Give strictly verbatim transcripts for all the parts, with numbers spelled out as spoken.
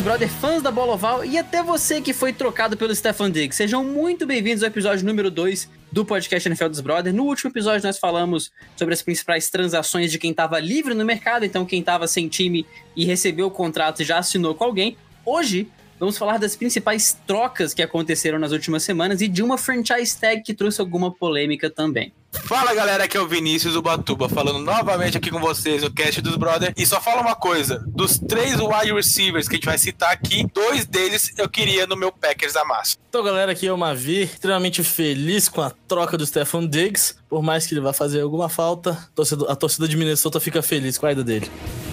Brother, fãs da bola oval e até você que foi trocado pelo Stefan Diggs. Sejam muito bem-vindos ao episódio número dois do podcast N F L dos Brother. No último episódio nós falamos sobre as principais transações de quem estava livre no mercado, então quem estava sem time e recebeu o contrato e já assinou com alguém. Hoje vamos falar das principais trocas que aconteceram nas últimas semanas e de uma franchise tag que trouxe alguma polêmica também. Fala galera, aqui é o Vinícius Ubatuba falando novamente aqui com vocês no cast dos Brother. E só fala uma coisa, dos três wide receivers que a gente vai citar aqui, dois deles eu queria no meu Packers da massa. Então galera, aqui é o Mavi, extremamente feliz com a troca do Stefan Diggs. Por mais que ele vá fazer alguma falta, a torcida, a torcida de Minnesota fica feliz com a ida dele.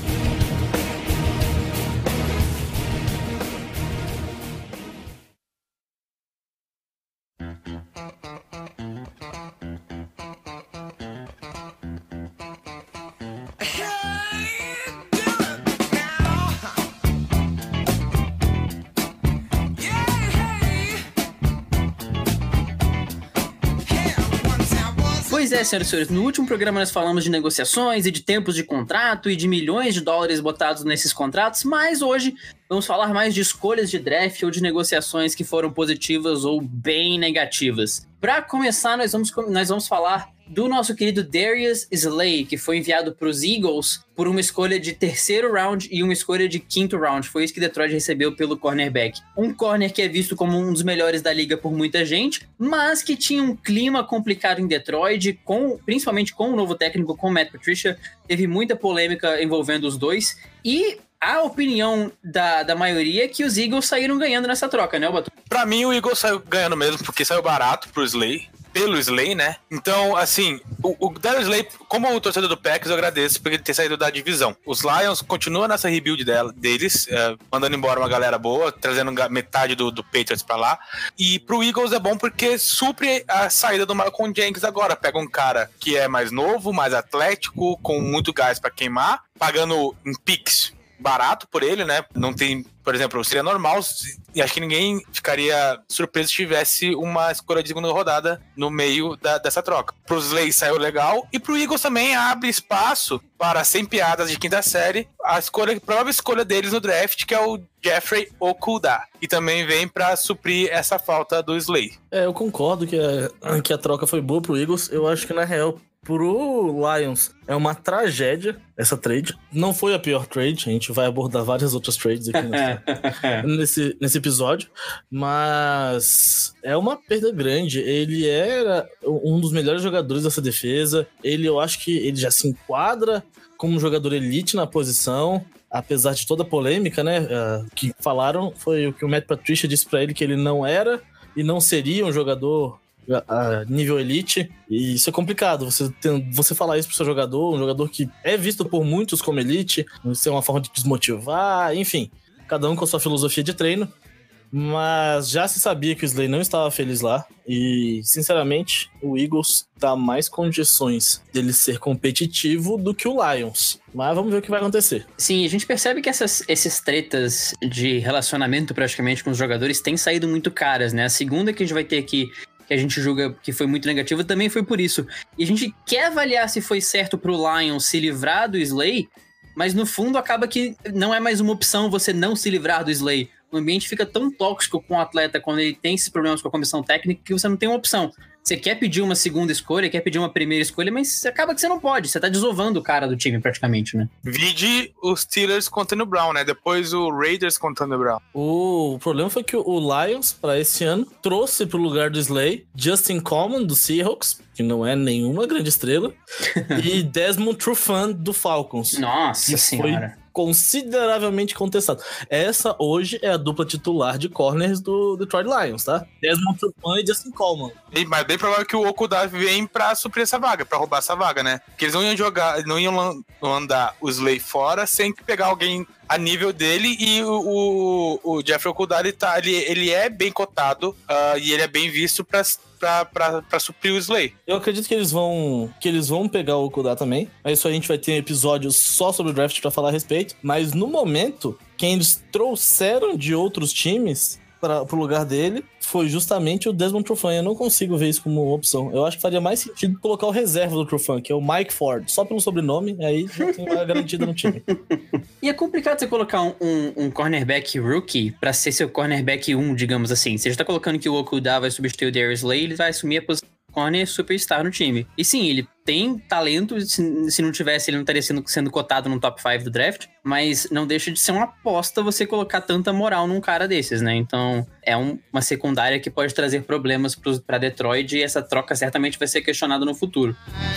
Pois é, senhoras e senhores, no último programa nós falamos de negociações e de tempos de contrato e de milhões de dólares botados nesses contratos, mas hoje vamos falar mais de escolhas de draft ou de negociações que foram positivas ou bem negativas. Para começar, nós vamos, nós vamos falar do nosso querido Darius Slay, que foi enviado para os Eagles por uma escolha de terceiro round e uma escolha de quinto round. Foi isso que Detroit recebeu pelo cornerback. Um corner que é visto como um dos melhores da liga por muita gente, mas que tinha um clima complicado em Detroit, com, principalmente com o novo técnico, com o Matt Patricia. Teve muita polêmica envolvendo os dois. E a opinião da, da maioria é que os Eagles saíram ganhando nessa troca, né, Batu? Pra mim, o Eagles saiu ganhando mesmo, porque saiu barato pro Slay. Pelo Slay, né? Então, assim, o, o Darius Slay, como o torcedor do Packers, eu agradeço por ele ter saído da divisão. Os Lions continuam nessa rebuild dela, deles, é, mandando embora uma galera boa, trazendo metade do, do Patriots pra lá. E pro Eagles é bom porque supre a saída do Malcolm Jenkins agora. Pega um cara que é mais novo, mais atlético, com muito gás pra queimar, pagando em picks barato por ele, né? Não tem, por exemplo, seria normal, e acho que ninguém ficaria surpreso se tivesse uma escolha de segunda rodada no meio da, dessa troca. Pro Slay saiu legal, e pro Eagles também abre espaço para, sem piadas de quinta série, a escolha, a provável escolha deles no draft, que é o Jeffrey Okudah, e também vem para suprir essa falta do Slay. É, eu concordo que a, que a troca foi boa pro Eagles. Eu acho que, na real, pro Lions é uma tragédia essa trade. Não foi a pior trade, a gente vai abordar várias outras trades aqui nesse, nesse episódio, mas é uma perda grande. Ele era um dos melhores jogadores dessa defesa, ele, eu acho que ele já se enquadra como um jogador elite na posição, apesar de toda a polêmica, né, uh, que falaram, foi o que o Matt Patricia disse pra ele, que ele não era e não seria um jogador a nível elite, e isso é complicado, você, tem, você falar isso pro seu jogador, um jogador que é visto por muitos como elite, isso é uma forma de desmotivar, enfim, cada um com a sua filosofia de treino, mas já se sabia que o Slay não estava feliz lá, e sinceramente o Eagles dá mais condições dele ser competitivo do que o Lions, mas vamos ver o que vai acontecer. Sim, a gente percebe que essas, esses tretas de relacionamento praticamente com os jogadores têm saído muito caras, né? A segunda que a gente vai ter aqui, que a gente julga que foi muito negativa, também foi por isso. E a gente quer avaliar se foi certo pro Lions se livrar do Slay, mas no fundo acaba que não é mais uma opção você não se livrar do Slay. O ambiente fica tão tóxico com o atleta quando ele tem esses problemas com a comissão técnica que você não tem uma opção. Você quer pedir uma segunda escolha, quer pedir uma primeira escolha, mas acaba que você não pode. Você tá desovando o cara do time praticamente, né? Vide os Steelers contra o Brown, né? Depois o Raiders contra o Brown. O problema foi que o Lions, pra esse ano, trouxe pro lugar do Slay Justin Coleman, do Seahawks, que não é nenhuma grande estrela, e Desmond Trufant, do Falcons. Nossa senhora. Foi consideravelmente contestado. Essa hoje é a dupla titular de corners do Detroit Lions, tá? Desmond Trufant e Justin Coleman. Mas bem provável que o Okudah vem pra suprir essa vaga, pra roubar essa vaga, né? Porque eles não iam jogar, não iam mandar o Slay fora sem pegar alguém a nível dele, e o, o, o Jeffrey Okudah, ele, tá, ele, ele é bem cotado uh, e ele é bem visto pra, pra, pra, pra suprir o Slay. Eu acredito que eles vão que eles vão pegar o Okudah também, mas isso a gente vai ter episódios só sobre o draft pra falar a respeito, mas no momento, quem eles trouxeram de outros times para pro lugar dele foi justamente o Desmond Trufant. Eu não consigo ver isso como opção. Eu acho que faria mais sentido colocar o reserva do Trufant, que é o Mike Ford, só pelo sobrenome, aí já tem uma garantida no time. E é complicado você colocar um, um, um cornerback rookie pra ser seu cornerback um, digamos assim. Você já tá colocando que o Okudah vai substituir o Darius Slay, ele vai assumir a posição de corner superstar no time. E sim, ele tem talento, se, se não tivesse, ele não estaria sendo, sendo cotado no top cinco do draft, mas não deixa de ser uma aposta você colocar tanta moral num cara desses, né? Então, é um, uma secundária que pode trazer problemas pros, pra Detroit, e essa troca certamente vai ser questionada no futuro.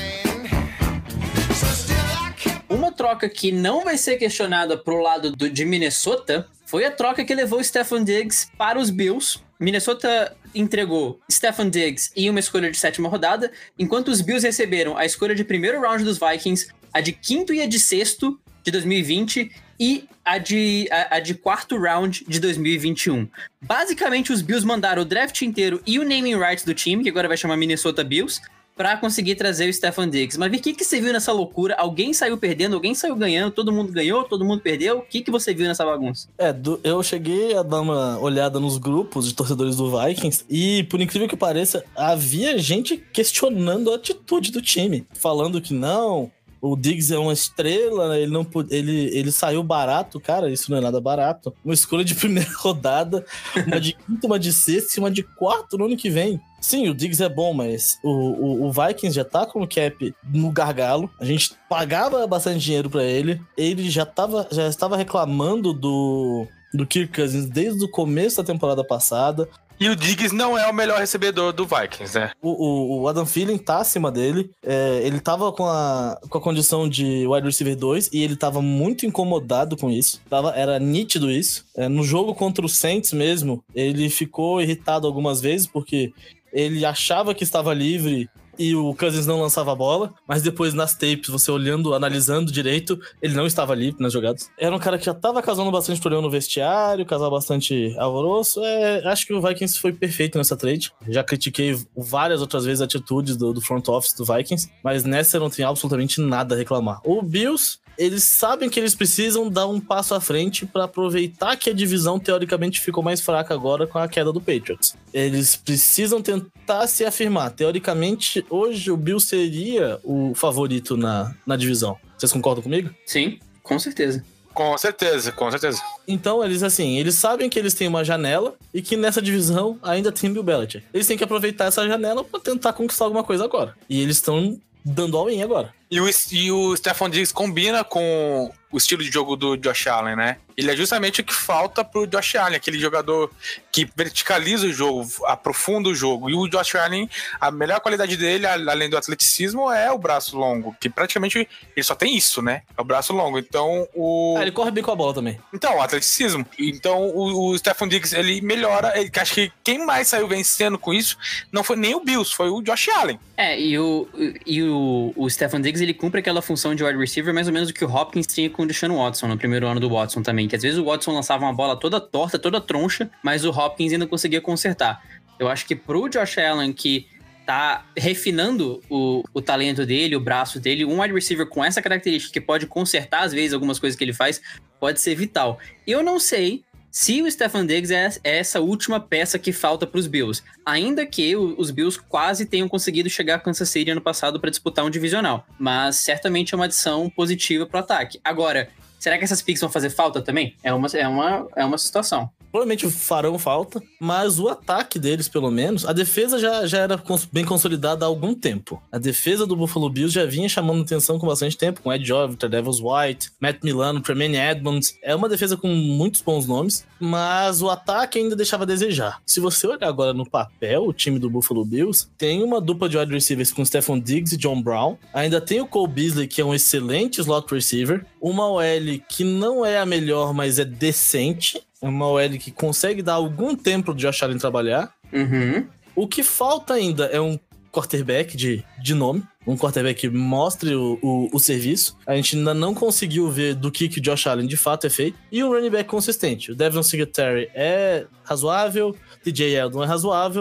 Uma troca que não vai ser questionada pro lado do, de Minnesota foi a troca que levou o Stefon Diggs para os Bills. Minnesota entregou Stefon Diggs e uma escolha de sétima rodada, enquanto os Bills receberam a escolha de primeiro round dos Vikings, a de quinto e a de sexto de dois mil e vinte e a de, a, a de quarto round de dois mil e vinte e um. Basicamente, os Bills mandaram o draft inteiro e o naming rights do time, que agora vai chamar Minnesota Bills, pra conseguir trazer o Stefon Diggs. Mas o que, que você viu nessa loucura? Alguém saiu perdendo, alguém saiu ganhando, todo mundo ganhou, todo mundo perdeu? O que, que você viu nessa bagunça? É, do, eu cheguei a dar uma olhada nos grupos de torcedores do Vikings e, por incrível que pareça, havia gente questionando a atitude do time. Falando que não, o Diggs é uma estrela, ele, não, ele, ele saiu barato. Cara, isso não é nada barato. Uma escolha de primeira rodada, uma de quinta, uma de sexta e uma de quarto no ano que vem. Sim, o Diggs é bom, mas o, o, o Vikings já tá com o cap no gargalo. A gente pagava bastante dinheiro pra ele. Ele já, tava, já estava reclamando do, do Kirk Cousins desde o começo da temporada passada. E o Diggs não é o melhor recebedor do Vikings, né? O, o, o Adam Thielen tá acima dele. É, ele tava com a, com a condição de wide receiver dois e ele tava muito incomodado com isso. Tava, era nítido isso. É, no jogo contra o Saints mesmo, ele ficou irritado algumas vezes porque ele achava que estava livre e o Cousins não lançava a bola, mas depois nas tapes, você olhando, analisando direito, ele não estava livre nas jogadas. Era um cara que já estava causando bastante problema no vestiário, causava bastante alvoroço. É, acho que o Vikings foi perfeito nessa trade. Já critiquei várias outras vezes atitudes do, do front office do Vikings, mas nessa eu não tenho absolutamente nada a reclamar. O Bills, eles sabem que eles precisam dar um passo à frente para aproveitar que a divisão teoricamente ficou mais fraca agora com a queda do Patriots. Eles precisam tentar se afirmar. Teoricamente, hoje o Bills seria o favorito na, na divisão. Vocês concordam comigo? Sim, com certeza. Com certeza, com certeza. Então, eles assim, eles sabem que eles têm uma janela e que nessa divisão ainda tem Bill Belichick. Eles têm que aproveitar essa janela para tentar conquistar alguma coisa agora. E eles estão dando all-in agora. E o, e o Stefon Diggs combina com o estilo de jogo do Josh Allen, né? Ele é justamente o que falta pro Josh Allen, aquele jogador que verticaliza o jogo, aprofunda o jogo. E o Josh Allen, a melhor qualidade dele, além do atleticismo, é o braço longo, que praticamente ele só tem isso, né? É o braço longo. Então, o... Ah, ele corre bem com a bola também. Então, o atleticismo. Então, o, o Stefon Diggs, ele melhora. Ele, acho que quem mais saiu vencendo com isso não foi nem o Bills, foi o Josh Allen. É, e o, e o, o Stefon Diggs, ele cumpre aquela função de wide receiver mais ou menos o que o Hopkins tinha com o Deshaun Watson no primeiro ano do Watson também, que às vezes o Watson lançava uma bola toda torta, toda troncha, mas o Hopkins ainda conseguia consertar. Eu acho que pro Josh Allen, que tá refinando o, o talento dele, o braço dele, um wide receiver com essa característica que pode consertar às vezes algumas coisas que ele faz, pode ser vital. Eu não sei se o Stefon Diggs é essa última peça que falta para os Bills, ainda que os Bills quase tenham conseguido chegar a Kansas City ano passado para disputar um divisional, mas certamente é uma adição positiva para o ataque. Agora, será que essas picks vão fazer falta também? É uma, é uma, é uma situação. Provavelmente farão falta, mas o ataque deles, pelo menos, a defesa já, já era bem consolidada há algum tempo. A defesa do Buffalo Bills já vinha chamando atenção com bastante tempo, com Ed Jovita, Devils White, Matt Milano, Tremaine Edmonds. É uma defesa com muitos bons nomes, mas o ataque ainda deixava a desejar. Se você olhar agora no papel, o time do Buffalo Bills tem uma dupla de wide receivers com Stefon Diggs e John Brown. Ainda tem o Cole Beasley, que é um excelente slot receiver. Uma O L que não é a melhor, mas é decente. É uma O L que consegue dar algum tempo de Josh Allen trabalhar. Uhum. O que falta ainda é um quarterback de, de nome. Um quarterback que mostre o, o, o serviço. A gente ainda não conseguiu ver do que, que o Josh Allen de fato é feito. E um running back consistente. O Devin Singletary é razoável. T J Yeldon é razoável.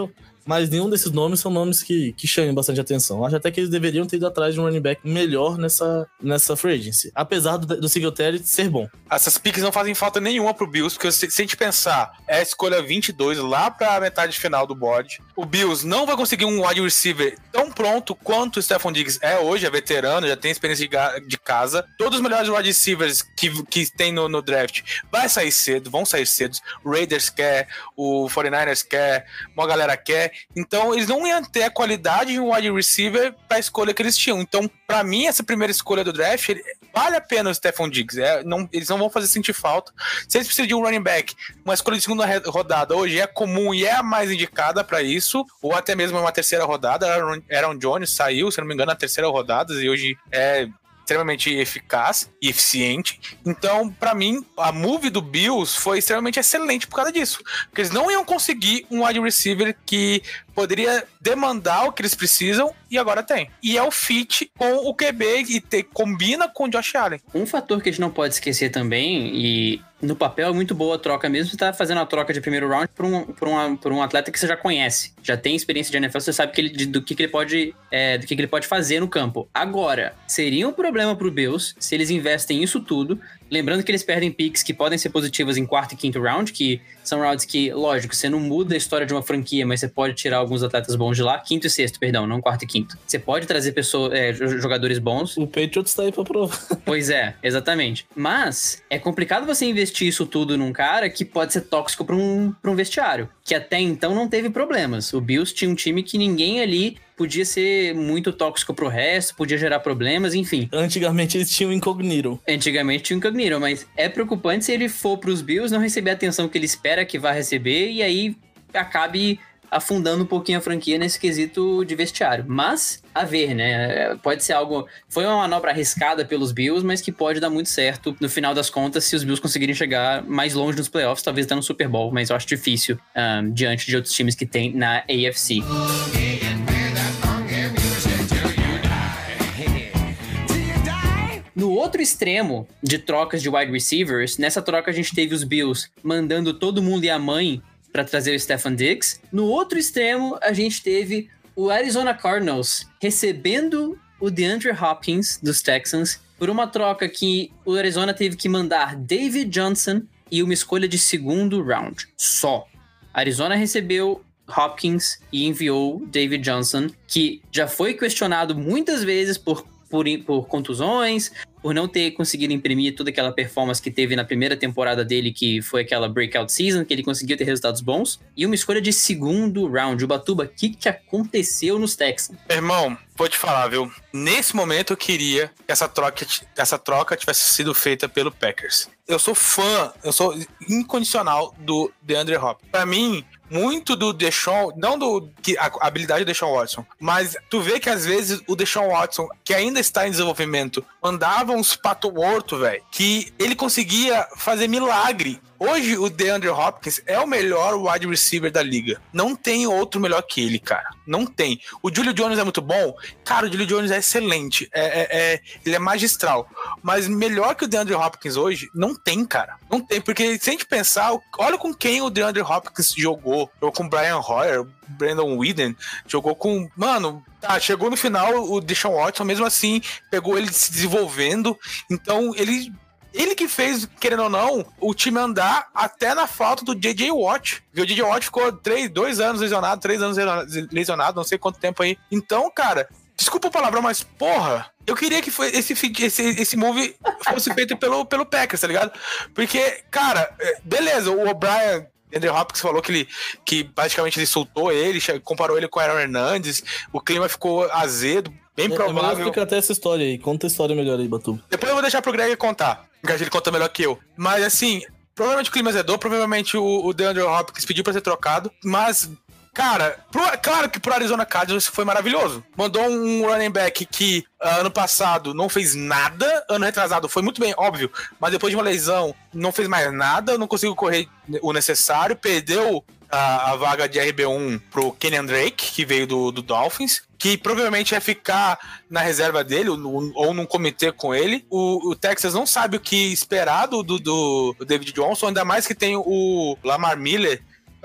Mas nenhum desses nomes são nomes que, que chamem bastante atenção. Acho até que eles deveriam ter ido atrás de um running back melhor nessa, nessa free agency. Apesar do, do Singletary ser bom. Essas picks não fazem falta nenhuma pro Bills, porque se, se a gente pensar, é a escolha vinte e dois lá pra metade final do board. O Bills não vai conseguir um wide receiver tão pronto quanto o Stephon Diggs é hoje, é veterano, já tem experiência de, de casa. Todos os melhores wide receivers que, que tem no, no draft vai sair cedo, vão sair cedo. O Raiders quer, o quarenta e nine ers quer, uma galera quer. Então, eles não iam ter a qualidade de um wide receiver pra escolha que eles tinham. Então, pra mim, essa primeira escolha do draft, ele, vale a pena o Stephon Diggs. É, não, eles não vão fazer sentir falta. Se eles precisam de um running back, uma escolha de segunda rodada hoje é comum e é a mais indicada pra isso, ou até mesmo uma terceira rodada. Aaron Jones saiu, se não me engano, na terceira rodada, e hoje é extremamente eficaz e eficiente. Então, pra mim, a move do Bills foi extremamente excelente por causa disso. Porque eles não iam conseguir um wide receiver que poderia demandar o que eles precisam e agora tem. E é o fit com o Q B e te, combina com o Josh Allen. Um fator que a gente não pode esquecer também, e no papel é muito boa a troca mesmo, você tá fazendo a troca de primeiro round por um, por uma, por um atleta que você já conhece, já tem experiência de N F L, você sabe que ele, de, do, que, que, ele pode, é, do que, que ele pode fazer no campo. Agora, seria um problema pro Bills se eles investem isso tudo, lembrando que eles perdem picks que podem ser positivas em quarto e quinto round, que são rounds que, lógico, você não muda a história de uma franquia, mas você pode tirar alguns atletas bons de lá, quinto e sexto, perdão, não quarto e quinto. Você pode trazer pessoas, é, jogadores bons. O Patriots tá aí pra provar. Pois é, exatamente. Mas é complicado você investir isso tudo num cara que pode ser tóxico pra um, pra um vestiário, que até então não teve problemas. O Bills tinha um time que ninguém ali podia ser muito tóxico pro resto, podia gerar problemas, enfim. Antigamente eles tinham incognito. Antigamente tinha incognito, mas é preocupante se ele for pros Bills, não receber a atenção que ele espera que vai receber e aí acabe afundando um pouquinho a franquia nesse quesito de vestiário. Mas, a ver, né? Pode ser algo... Foi uma manobra arriscada pelos Bills, mas que pode dar muito certo no final das contas se os Bills conseguirem chegar mais longe nos playoffs, talvez até no Super Bowl, mas eu acho difícil um, diante de outros times que tem na A F C. No outro extremo de trocas de wide receivers, nessa troca a gente teve os Bills mandando todo mundo e a mãe para trazer o Stephon Diggs. No outro extremo, a gente teve o Arizona Cardinals recebendo o DeAndre Hopkins dos Texans por uma troca que o Arizona teve que mandar David Johnson e uma escolha de segundo round. Só. A Arizona recebeu Hopkins e enviou David Johnson, que já foi questionado muitas vezes por Por, por contusões, por não ter conseguido imprimir toda aquela performance que teve na primeira temporada dele, que foi aquela breakout season, que ele conseguiu ter resultados bons, e uma escolha de segundo round. O Batuba, o que, que aconteceu nos Texans? Irmão, vou te falar, viu? Nesse momento eu queria que essa troca, essa troca tivesse sido feita pelo Packers. Eu sou fã, eu sou incondicional do DeAndre Hopkins. Pra mim, muito do Deshaun, não do que a habilidade do Deshaun Watson, mas tu vê que às vezes o Deshaun Watson, que ainda está em desenvolvimento, mandava uns pato morto, velho, que ele conseguia fazer milagre. Hoje o DeAndre Hopkins é o melhor wide receiver da liga. Não tem outro melhor que ele, cara. Não tem. O Julio Jones é muito bom. Cara, o Julio Jones é excelente. É, é, é, ele é magistral. Mas melhor que o DeAndre Hopkins hoje, não tem, cara. Não tem. Porque se a gente pensar, olha com quem o DeAndre Hopkins jogou. Jogou com o Brian Hoyer, Brandon Whedon. Jogou com... Mano... Tá, chegou no final o Deshaun Watson, mesmo assim, pegou ele se desenvolvendo. Então, ele... Ele que fez, querendo ou não, o time andar até na falta do J J Watt. Porque o J J Watt ficou três, dois anos lesionado, três anos lesionado, não sei quanto tempo aí. Então, cara, desculpa o palavrão, mas porra, eu queria que foi esse, esse, esse move fosse feito pelo, pelo Packers, tá ligado? Porque, cara, beleza, o O'Brien... Andrew Hopkins falou que, ele, que praticamente ele soltou ele, comparou ele com o Aaron Hernandez, o clima ficou azedo, bem é, provável. Eu vou explicar até essa história aí, conta a história melhor aí, Batu. Depois eu vou deixar pro Greg contar, porque ele conta melhor que eu. Mas assim, provavelmente o clima azedou, provavelmente o, o DeAndre Hopkins pediu pra ser trocado, mas... Cara, pro, claro que pro Arizona Cardinals isso foi maravilhoso. Mandou um running back que uh, ano passado não fez nada, ano retrasado foi muito bem, óbvio, mas depois de uma lesão não fez mais nada, não conseguiu correr o necessário, perdeu a, a vaga de R B um pro Kenyan Drake, que veio do, do Dolphins, que provavelmente ia ficar na reserva dele ou, ou num comitê com ele. O, o Texas não sabe o que esperar do, do, do David Johnson, ainda mais que tem o Lamar Miller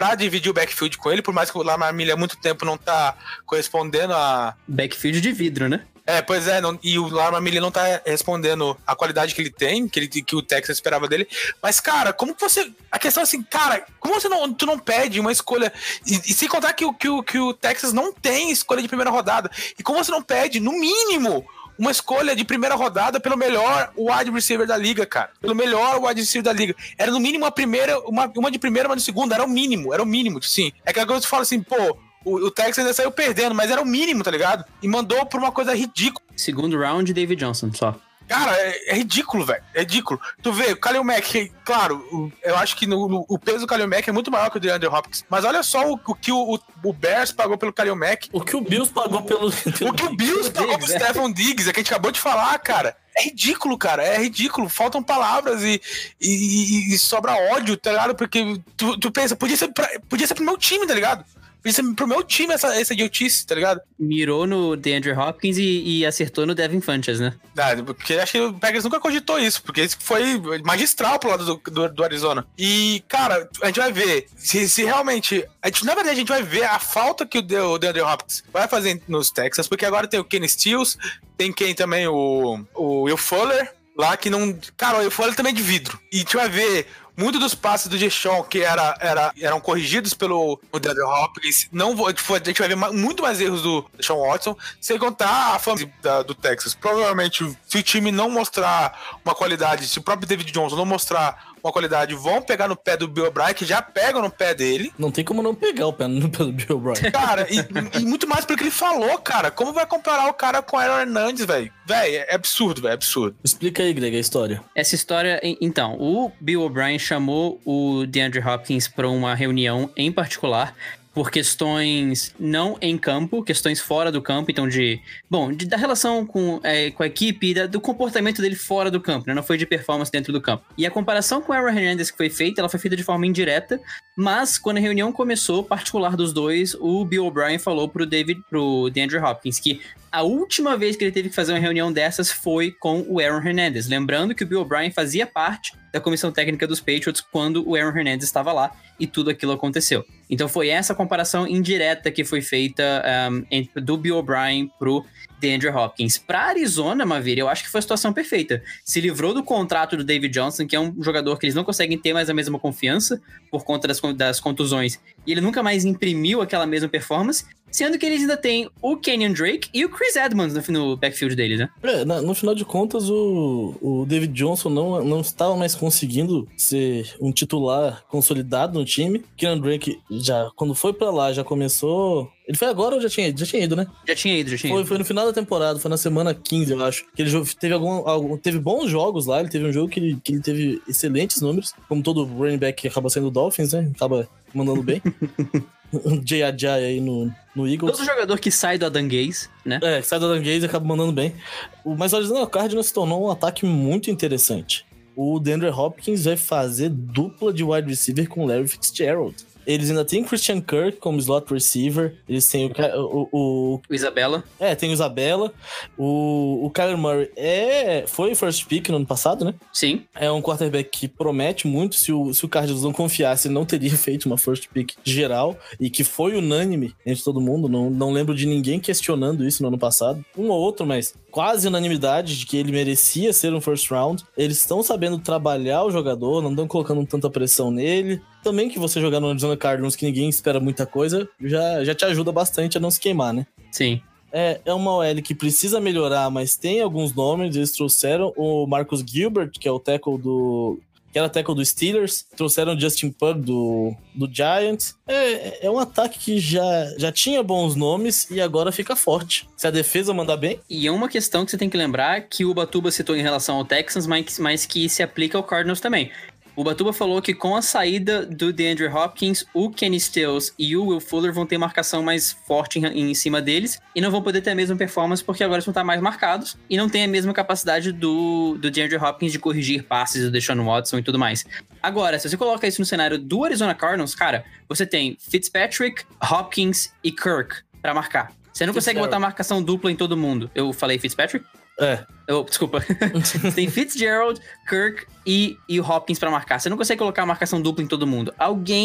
pra dividir o backfield com ele, por mais que o Lamar Miller há muito tempo não tá correspondendo a... Backfield de vidro, né? É, pois é, não, e o Lamar Miller não tá respondendo a qualidade que ele tem, que, ele, que o Texas esperava dele. Mas, cara, como que você... A questão é assim, cara, como você não, tu não pede uma escolha... E, e sem contar que, que, que o Texas não tem escolha de primeira rodada. E como você não pede, no mínimo... uma escolha de primeira rodada pelo melhor wide receiver da liga, cara. Pelo melhor wide receiver da liga. Era no mínimo uma primeira, uma, uma de primeira, uma de segunda. Era o mínimo, era o mínimo, sim. É que agora você fala assim, pô, o, o Texas ainda saiu perdendo, mas era o mínimo, tá ligado? E mandou por uma coisa ridícula. Segundo round, David Johnson, só. Cara, é, é ridículo, velho. É ridículo. Tu vê, o Khalil Mack, claro, eu acho que no, no, o peso do Khalil Mack é muito maior que o DeAndre Hopkins. Mas olha só o, o que o, o Bears pagou pelo Khalil Mack. O que o Bills pagou pelo... O que o Bills pagou pro Stephon Diggs, é que a gente acabou de falar, cara. É ridículo, cara. É ridículo. Faltam palavras e, e, e sobra ódio, tá ligado? Porque tu, tu pensa, podia ser, pra, podia ser pro meu time, tá ligado? Podia ser pro meu time essa, essa idiotice, tá ligado? Mirou no DeAndre Hopkins e, e acertou no Devin Funchess, né? Ah, porque acho que o Packers nunca cogitou isso, porque isso foi magistral pro lado do, do, do Arizona. E, cara, a gente vai ver se, se realmente... A gente, na verdade, a gente vai ver a falta que o, De, o DeAndre Hopkins vai fazer nos Texans, porque agora tem o Kenny Stills, tem quem também, o, o Will Fuller, lá que não... Cara, o Will Fuller também é de vidro. E a gente vai ver... Muitos dos passes do Deshaun que era, era, eram corrigidos pelo DeAndre Hopkins, não vou, tipo, a gente vai ver muito mais erros do Deshaun Watson, sem contar a fama da, do Texas. Provavelmente, se o time não mostrar uma qualidade, se o próprio David Johnson não mostrar uma qualidade, vão pegar no pé do Bill O'Brien, que já pegam no pé dele. Não tem como não pegar o pé no pé do Bill O'Brien. Cara, e, e muito mais pelo que ele falou, cara. Como vai comparar o cara com o Aaron Hernandez, velho? Velho, é absurdo, velho, é absurdo. Explica aí, Greg, a história. Essa história, então, o Bill O'Brien chamou o DeAndre Hopkins para uma reunião em particular por questões não em campo, questões fora do campo, então de... Bom, de, da relação com, é, com a equipe, da, do comportamento dele fora do campo, né? Não foi de performance dentro do campo. E a comparação com o Aaron Hernandez que foi feita, ela foi feita de forma indireta, mas quando a reunião começou, particular dos dois, o Bill O'Brien falou pro David, pro DeAndre Hopkins que a última vez que ele teve que fazer uma reunião dessas foi com o Aaron Hernandez. Lembrando que o Bill O'Brien fazia parte da comissão técnica dos Patriots quando o Aaron Hernandez estava lá e tudo aquilo aconteceu. Então foi essa comparação indireta que foi feita um, entre, do Bill O'Brien pro DeAndre Hopkins. Pra Arizona, Mavir, eu acho que foi a situação perfeita. Se livrou do contrato do David Johnson, que é um jogador que eles não conseguem ter mais a mesma confiança por conta das, das contusões. E ele nunca mais imprimiu aquela mesma performance, sendo que eles ainda têm o Kenyon Drake e o Chris Edmonds no, no backfield deles, né? É, na, no final de contas, o, o David Johnson não, não estava mais conseguindo ser um titular consolidado no time. Kenyon Drake, já, quando foi pra lá, já começou... Ele foi agora ou já tinha ido? Já tinha ido, né? Já tinha ido, já tinha foi, ido. Foi no final da temporada, foi na semana quinze, eu acho. Que ele teve, algum, algum, teve bons jogos lá, ele teve um jogo que ele, que ele teve excelentes números, como todo running back que acaba sendo o Dolphins, né? Acaba mandando bem. Jay Ajay aí no, no Eagles. Todo jogador que sai do Adam Gaze, né? É, que sai do Adam Gaze e acaba mandando bem. Mas o Arizona Cardinals se tornou um ataque muito interessante. O DeAndre Hopkins vai fazer dupla de wide receiver com o Larry Fitzgerald. Eles ainda tem Christian Kirk como slot receiver. Eles têm o... O, o, o Isabella. É, tem o Isabella. O, o Kyler Murray é, foi first pick no ano passado, né? Sim. É um quarterback que promete muito. Se o, se o Cardinals não confiasse, ele não teria feito uma first pick geral. E que foi unânime entre todo mundo. Não, não lembro de ninguém questionando isso no ano passado. Um ou outro, mas quase unanimidade de que ele merecia ser um first round. Eles estão sabendo trabalhar o jogador, não estão colocando tanta pressão nele. Também que você jogar no Arizona Cardinals, que ninguém espera muita coisa, já, já te ajuda bastante a não se queimar, né? Sim. É, é uma O L que precisa melhorar, mas tem alguns nomes. Eles trouxeram o Marcus Gilbert, que é o tackle do... que era tackle do Steelers. Trouxeram o Justin Pugh do, do Giants. É, é um ataque que já, já tinha bons nomes e agora fica forte. Se a defesa mandar bem... E é uma questão que você tem que lembrar que o Batuba citou em relação ao Texans, mas, mas que se aplica ao Cardinals também. O Batuba falou que com a saída do DeAndre Hopkins, o Kenny Stills e o Will Fuller vão ter marcação mais forte em, em cima deles e não vão poder ter a mesma performance porque agora eles vão estar mais marcados e não tem a mesma capacidade do, do DeAndre Hopkins de corrigir passes do Deshaun Watson e tudo mais. Agora, se você coloca isso no cenário do Arizona Cardinals, cara, você tem Fitzpatrick, Hopkins e Kirk pra marcar. Você não consegue botar marcação dupla em todo mundo. Eu falei Fitzpatrick? É. Oh, desculpa. Tem Fitzgerald, Kirk e, e o Hopkins pra marcar. Você não consegue colocar a marcação dupla em todo mundo. Alguém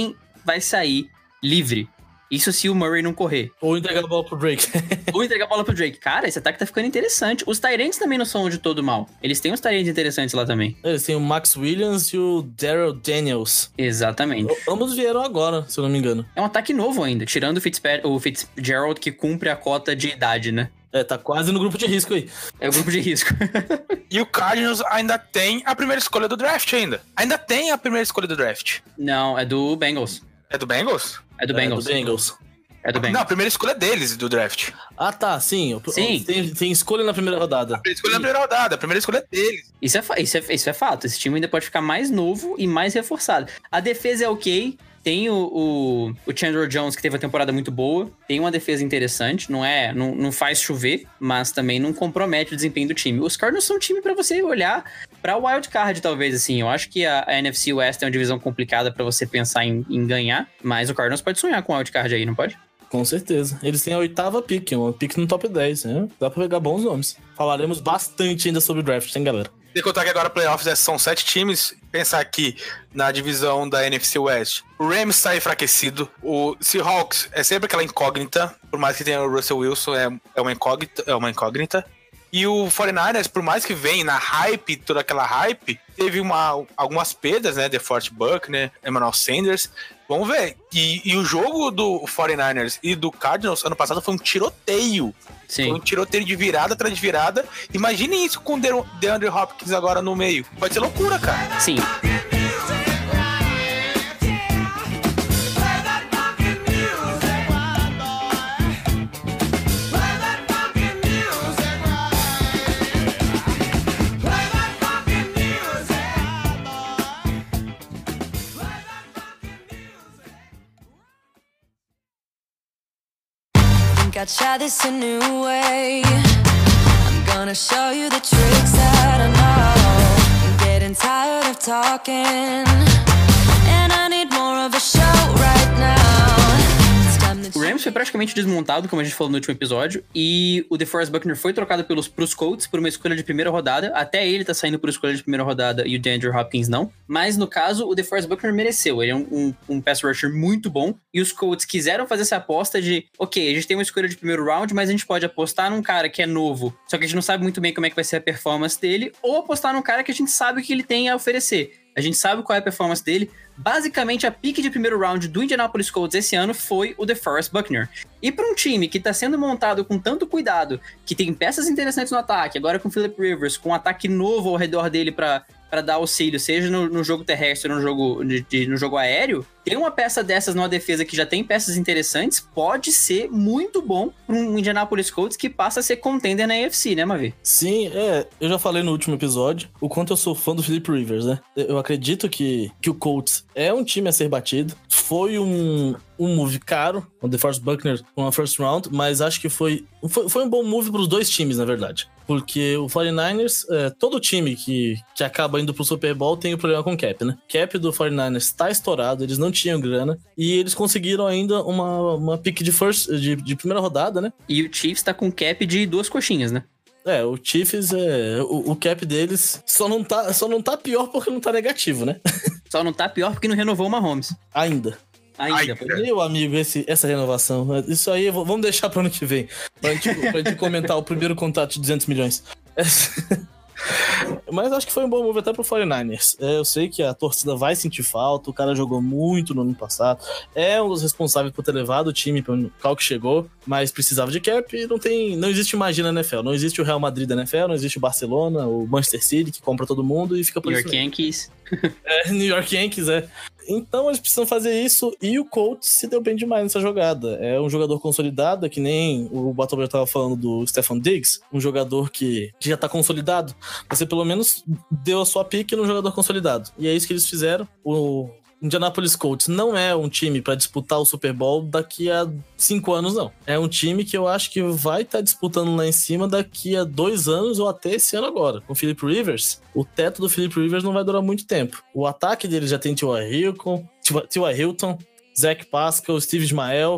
vai sair livre. Isso se o Murray não correr. Ou entregar a bola pro Drake. Ou entregar a bola pro Drake. Cara, esse ataque tá ficando interessante. Os Tyrants também não são de todo mal. Eles têm uns Tyrants interessantes lá também. Eles têm o Max Williams e o Daryl Daniels. Exatamente. O, ambos vieram agora, se eu não me engano. É um ataque novo ainda, tirando o, Fitzpa- o Fitzgerald, que cumpre a cota de idade, né? É, tá quase no grupo de risco aí. É o grupo de risco. E o Cardinals ainda tem a primeira escolha do draft ainda. Ainda tem a primeira escolha do draft. Não, é do Bengals. É do Bengals? É do Bengals. É do Bengals. É do Bengals. Não, a primeira escolha deles do draft. Ah, tá, sim. Sim. Tem, tem escolha na primeira rodada. A primeira escolha na primeira rodada, a primeira escolha deles. Isso é, fa- isso, é, isso é fato. Esse time ainda pode ficar mais novo e mais reforçado. A defesa é ok. Tem o, o, o Chandler Jones, que teve uma temporada muito boa. Tem uma defesa interessante. Não é, não, não faz chover, mas também não compromete o desempenho do time. Os Cardinals são um time pra você olhar pra wild card, talvez, assim. Eu acho que a, a N F C West é uma divisão complicada pra você pensar em, em ganhar. Mas o Cardinals pode sonhar com wild card aí, não pode? Com certeza. Eles têm a oitava pick, uma pick no top dez, né? Dá pra pegar bons nomes. Falaremos bastante ainda sobre o draft, hein, galera? Tem que contar que agora playoffs são sete times. Pensar aqui na divisão da N F C West. O Rams está enfraquecido. O Seahawks é sempre aquela incógnita. Por mais que tenha o Russell Wilson, é, é, uma, incógnita, é uma incógnita. E o quarenta e nine ers, por mais que venha na hype, toda aquela hype, teve uma, algumas perdas, né? DeForest Buckner, Emmanuel Sanders. Vamos ver. E, e o jogo do quarenta e nine ers e do Cardinals ano passado foi um tiroteio. Sim. Foi um tiroteio de virada atrás de virada. Imagine isso com o De- DeAndre Hopkins agora no meio. Pode ser loucura, cara. Sim. I try this a new way. I'm gonna show you the tricks that I know. I'm getting tired of talking, and I need more of a show right now. It's time to O Rams foi praticamente desmontado, como a gente falou no último episódio, e o DeForest Buckner foi trocado pelos, pros Colts por uma escolha de primeira rodada. Até ele tá saindo por escolha de primeira rodada e o DeAndre Hopkins não. Mas, no caso, o DeForest Buckner mereceu. Ele é um, um, um pass rusher muito bom. E os Colts quiseram fazer essa aposta de, ok, a gente tem uma escolha de primeiro round, mas a gente pode apostar num cara que é novo, só que a gente não sabe muito bem como é que vai ser a performance dele, ou apostar num cara que a gente sabe o que ele tem a oferecer. A gente sabe qual é a performance dele. Basicamente, a pick de primeiro round do Indianapolis Colts esse ano foi o DeForest Buckner. E para um time que está sendo montado com tanto cuidado, que tem peças interessantes no ataque, agora com o Philip Rivers, com um ataque novo ao redor dele para para dar auxílio, seja no, no jogo terrestre ou no jogo, de, de, no jogo aéreo, ter uma peça dessas numa defesa que já tem peças interessantes pode ser muito bom para um Indianapolis Colts que passa a ser contender na A F C, né, Mavi? Sim, é, eu já falei no último episódio o quanto eu sou fã do Philip Rivers, né? Eu acredito que, que o Colts é um time a ser batido. Foi um, um move caro, o DeForest Buckner com a first round, mas acho que foi, foi, foi um bom move para os dois times, na verdade. Porque o quarenta e nine ers, é, todo time que, que acaba indo pro Super Bowl tem o um problema com cap, né? Cap do quarenta e nine ers tá estourado, eles não tinham grana, e eles conseguiram ainda uma, uma pick de, first, de, de primeira rodada, né? E o Chiefs tá com cap de duas coxinhas, né? É, o Chiefs, é, o, o cap deles só não, tá, só não tá pior porque não tá negativo, né? Só não tá pior porque não renovou o Mahomes. Ainda. Ainda. Ai, Meu amigo, esse, essa renovação, isso aí vamos deixar pro ano que vem, pra gente, pra gente comentar o primeiro contrato de duzentos milhões. Mas acho que foi um bom move até pro quarenta e nine ers. É, eu sei que a torcida vai sentir falta, o cara jogou muito no ano passado, é um dos responsáveis por ter levado o time para o local que chegou, mas precisava de cap e não tem, não existe magia na N F L, não existe o Real Madrid da N F L, não existe o Barcelona, o Manchester City que compra todo mundo e fica por New isso. York Yankees. É, New York Yankees, é. Então eles precisam fazer isso e o Colts se deu bem demais nessa jogada. É um jogador consolidado, que nem o Batom já estava falando do Stefon Diggs, um jogador que, que já está consolidado. Você pelo menos deu a sua pique no jogador consolidado. E é isso que eles fizeram. O Indianapolis Colts não é um time para disputar o Super Bowl daqui a cinco anos, não. É um time que eu acho que vai estar tá disputando lá em cima daqui a dois anos ou até esse ano agora. Com o Philip Rivers, o teto do Philip Rivers não vai durar muito tempo. O ataque dele já tem T Y. Hilton, T Y. Hilton, Zach Pascal, Steve Ismael.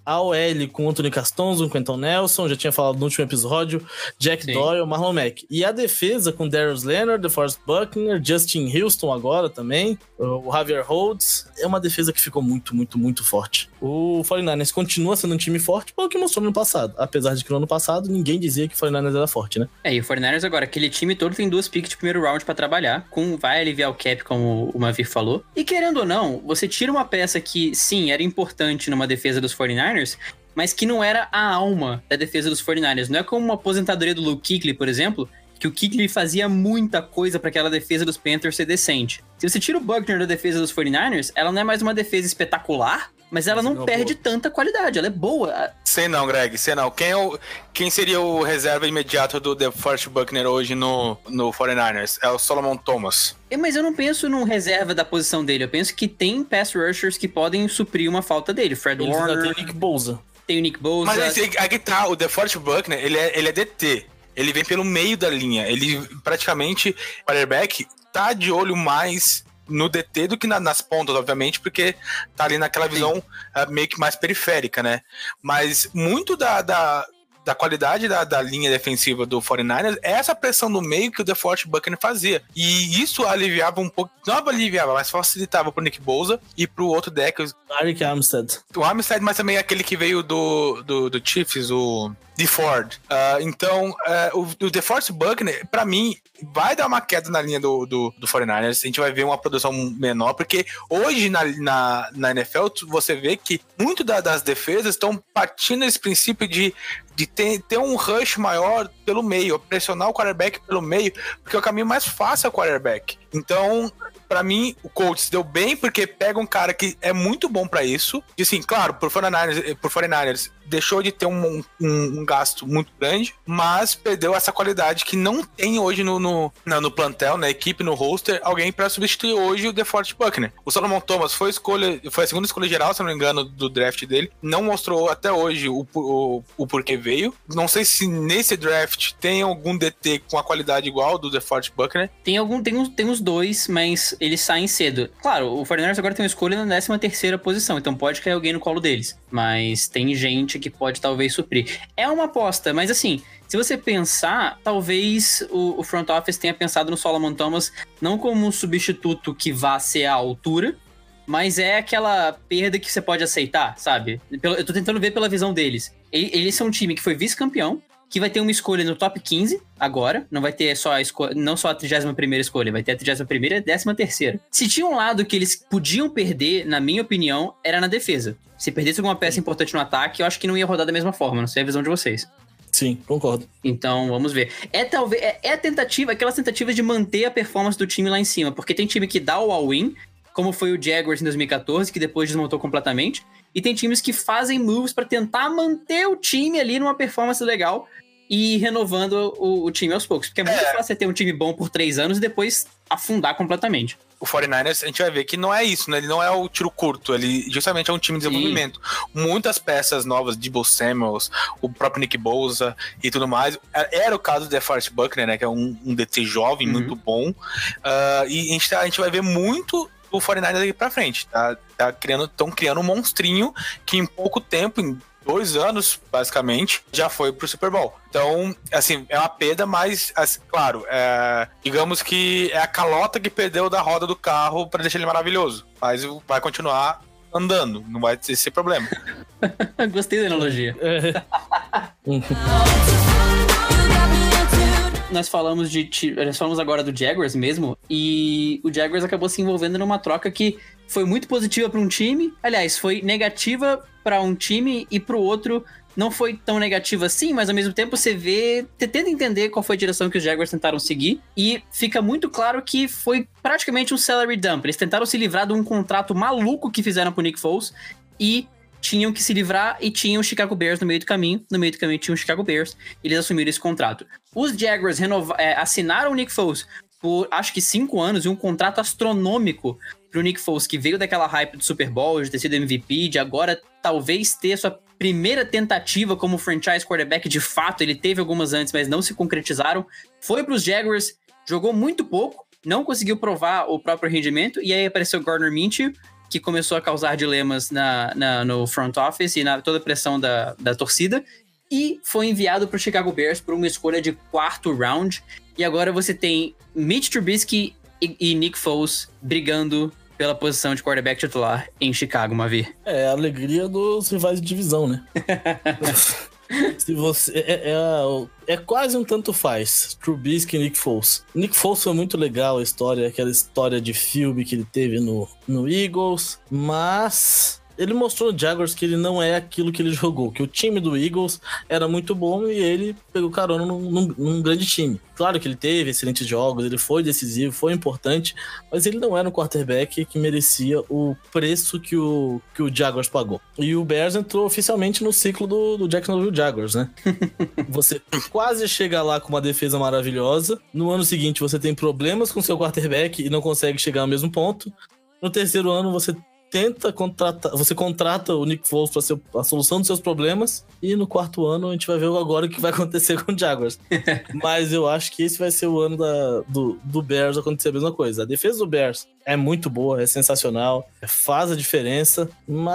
A O L com Anthony Castonzo, Quentin Nelson, já tinha falado no último episódio, Jack Sim. Doyle, Marlon Mack. E a defesa com Darius Leonard, DeForest Buckner, Justin Houston agora também, o Javier Holtz. É uma defesa que ficou muito, muito, muito forte. O quarenta e nine ers continua sendo um time forte, pelo que mostrou no ano passado. Apesar de que no ano passado ninguém dizia que o quarenta e nine ers era forte, né? É, e o quarenta e nine ers agora, aquele time todo tem duas picks de primeiro round pra trabalhar, com, vai aliviar o cap, como o Mavir falou. E querendo ou não, você tira uma peça que, sim, era importante numa defesa dos quarenta e nine ers, mas que não era a alma da defesa dos quarenta e nine ers. Não é como uma aposentadoria do Luke Kuechly, por exemplo, que o Kuechly fazia muita coisa para aquela defesa dos Panthers ser decente. Se você tira o Buckner da defesa dos quarenta e nine ers, ela não é mais uma defesa espetacular, mas ela não, não perde boa. tanta qualidade, ela é boa. Sei não, Greg, sei não. Quem, é o, quem seria o reserva imediato do DeForest Buckner hoje no, no quarenta e nine ers? É o Solomon Thomas. É, mas eu não penso num reserva da posição dele, eu penso que tem pass rushers que podem suprir uma falta dele. Fred Eles Warner... Tem o Nick Bosa. Tem o Nick Bosa. Mas aí, aqui tá, o DeForest Buckner, ele é, ele é D T. Ele vem pelo meio da linha. Ele praticamente, o quarterback tá de olho mais no D T do que na, nas pontas, obviamente, porque tá ali naquela visão uh, meio que mais periférica, né? Mas muito da, da, da qualidade da, da linha defensiva do quarenta e nine ers é essa pressão no meio que o DeForest Buckner fazia. E isso aliviava um pouco, não aliviava, mas facilitava pro Nick Bosa e pro outro deck. Arik Armstead. O Armstead, mas também aquele que veio do, do, do Chiefs, o... de Ford. Uh, então, uh, o, o DeForest Buckner, pra mim, vai dar uma queda na linha do, do, do quarenta e nine ers. A gente vai ver uma produção menor, porque hoje na, na, na N F L você vê que muito da, das defesas estão partindo desse princípio de, de ter, ter um rush maior pelo meio, pressionar o quarterback pelo meio, porque é o caminho mais fácil é o quarterback. Então, pra mim, o Colts deu bem, porque pega um cara que é muito bom pra isso. E assim, claro, por quarenta e nine ers, por quarenta e nine ers deixou de ter um, um, um gasto muito grande, mas perdeu essa qualidade que não tem hoje no, no, no plantel, na equipe, no roster, alguém pra substituir hoje o DeForest Buckner. O Solomon Thomas foi, escolha, foi a segunda escolha geral, se não me engano, do draft dele. Não mostrou até hoje o, o, o porquê veio. Não sei se nesse draft tem algum D T com a qualidade igual ao do DeForest Buckner. Tem, algum, tem, uns, tem uns dois, mas eles saem cedo. Claro, o quarenta e nine ers agora tem uma escolha na décima terceira posição, então pode cair alguém no colo deles. Mas tem gente que pode talvez suprir. É uma aposta, mas assim, se você pensar, talvez o, o front office tenha pensado no Solomon Thomas não como um substituto que vá ser à altura, mas é aquela perda que você pode aceitar, sabe? Eu tô tentando ver pela visão deles. Eles são um time que foi vice-campeão, que vai ter uma escolha no top quinze agora, não vai ter só a escolha, não só a trigésima primeira escolha, vai ter a trigésima primeira e a décima terceira. Se tinha um lado que eles podiam perder, na minha opinião, era na defesa. Se perdesse alguma peça importante no ataque, eu acho que não ia rodar da mesma forma, não sei a visão de vocês. Sim, concordo. Então, vamos ver. É talvez é, é a tentativa, aquelas tentativas de manter a performance do time lá em cima, porque tem time que dá o all-in, como foi o Jaguars em dois mil e catorze, que depois desmontou completamente, e tem times que fazem moves pra tentar manter o time ali numa performance legal e renovando o, o time aos poucos, porque é muito é. fácil você ter um time bom por três anos e depois afundar completamente. O quarenta e nine ers, a gente vai ver que não é isso, né? Ele não é o tiro curto, ele justamente é um time de desenvolvimento. Sim. Muitas peças novas, Deebo Samuels, o próprio Nick Bosa e tudo mais. Era o caso do DeForest Buckner, né? Que é um, um D T jovem, uhum. muito bom. Uh, e a gente, tá, a gente vai ver muito o quarenta e nine ers daqui pra frente. Tá, tá criando, estão criando um monstrinho que em pouco tempo, em dois anos, basicamente, já foi pro Super Bowl. Então, assim, é uma perda, mas, assim, claro, é, digamos que é a calota que perdeu da roda do carro para deixar ele maravilhoso. Mas vai continuar andando, não vai ter esse problema. Gostei da analogia. Nós falamos de nós falamos agora do Jaguars mesmo, e o Jaguars acabou se envolvendo numa troca que foi muito positiva para um time, aliás, foi negativa para um time e para o outro não foi tão negativa assim, mas ao mesmo tempo você vê, tenta entender qual foi a direção que os Jaguars tentaram seguir, e fica muito claro que foi praticamente um salary dump. Eles tentaram se livrar de um contrato maluco que fizeram pro Nick Foles e tinham que se livrar, e tinham o Chicago Bears no meio do caminho. No meio do caminho tinha o Chicago Bears, e eles assumiram esse contrato. Os Jaguars renova- é, assinaram o Nick Foles por acho que cinco anos e um contrato astronômico pro Nick Foles, que veio daquela hype do Super Bowl, de ter sido M V P, de agora talvez ter sua primeira tentativa como franchise quarterback. De fato, ele teve algumas antes, mas não se concretizaram. Foi pros Jaguars, jogou muito pouco, não conseguiu provar o próprio rendimento, e aí apareceu Gardner Minshew, que começou a causar dilemas na, na, no front office e na toda a pressão da, da torcida. E foi enviado para o Chicago Bears por uma escolha de quarto round. E agora você tem Mitch Trubisky e, e Nick Foles brigando pela posição de quarterback titular em Chicago, Mavir. É a alegria dos rivais de divisão, né? Se você é, é, é quase um tanto faz Trubisky e Nick Foles. Nick Foles foi muito legal a história, aquela história de filme que ele teve no, no Eagles, mas ele mostrou no Jaguars que ele não é aquilo que ele jogou, que o time do Eagles era muito bom e ele pegou carona num, num, num grande time. Claro que ele teve excelentes jogos, ele foi decisivo, foi importante, mas ele não era um quarterback que merecia o preço que o, que o Jaguars pagou. E o Bears entrou oficialmente no ciclo do, do Jacksonville Jaguars, né? Você quase chega lá com uma defesa maravilhosa, no ano seguinte você tem problemas com seu quarterback e não consegue chegar ao mesmo ponto, no terceiro ano você tenta contratar, você contrata o Nick Foles para ser a solução dos seus problemas, e no quarto ano a gente vai ver agora o que vai acontecer com o Jaguars. Mas eu acho que esse vai ser o ano da, do, do Bears acontecer a mesma coisa. A defesa do Bears é muito boa, é sensacional, faz a diferença,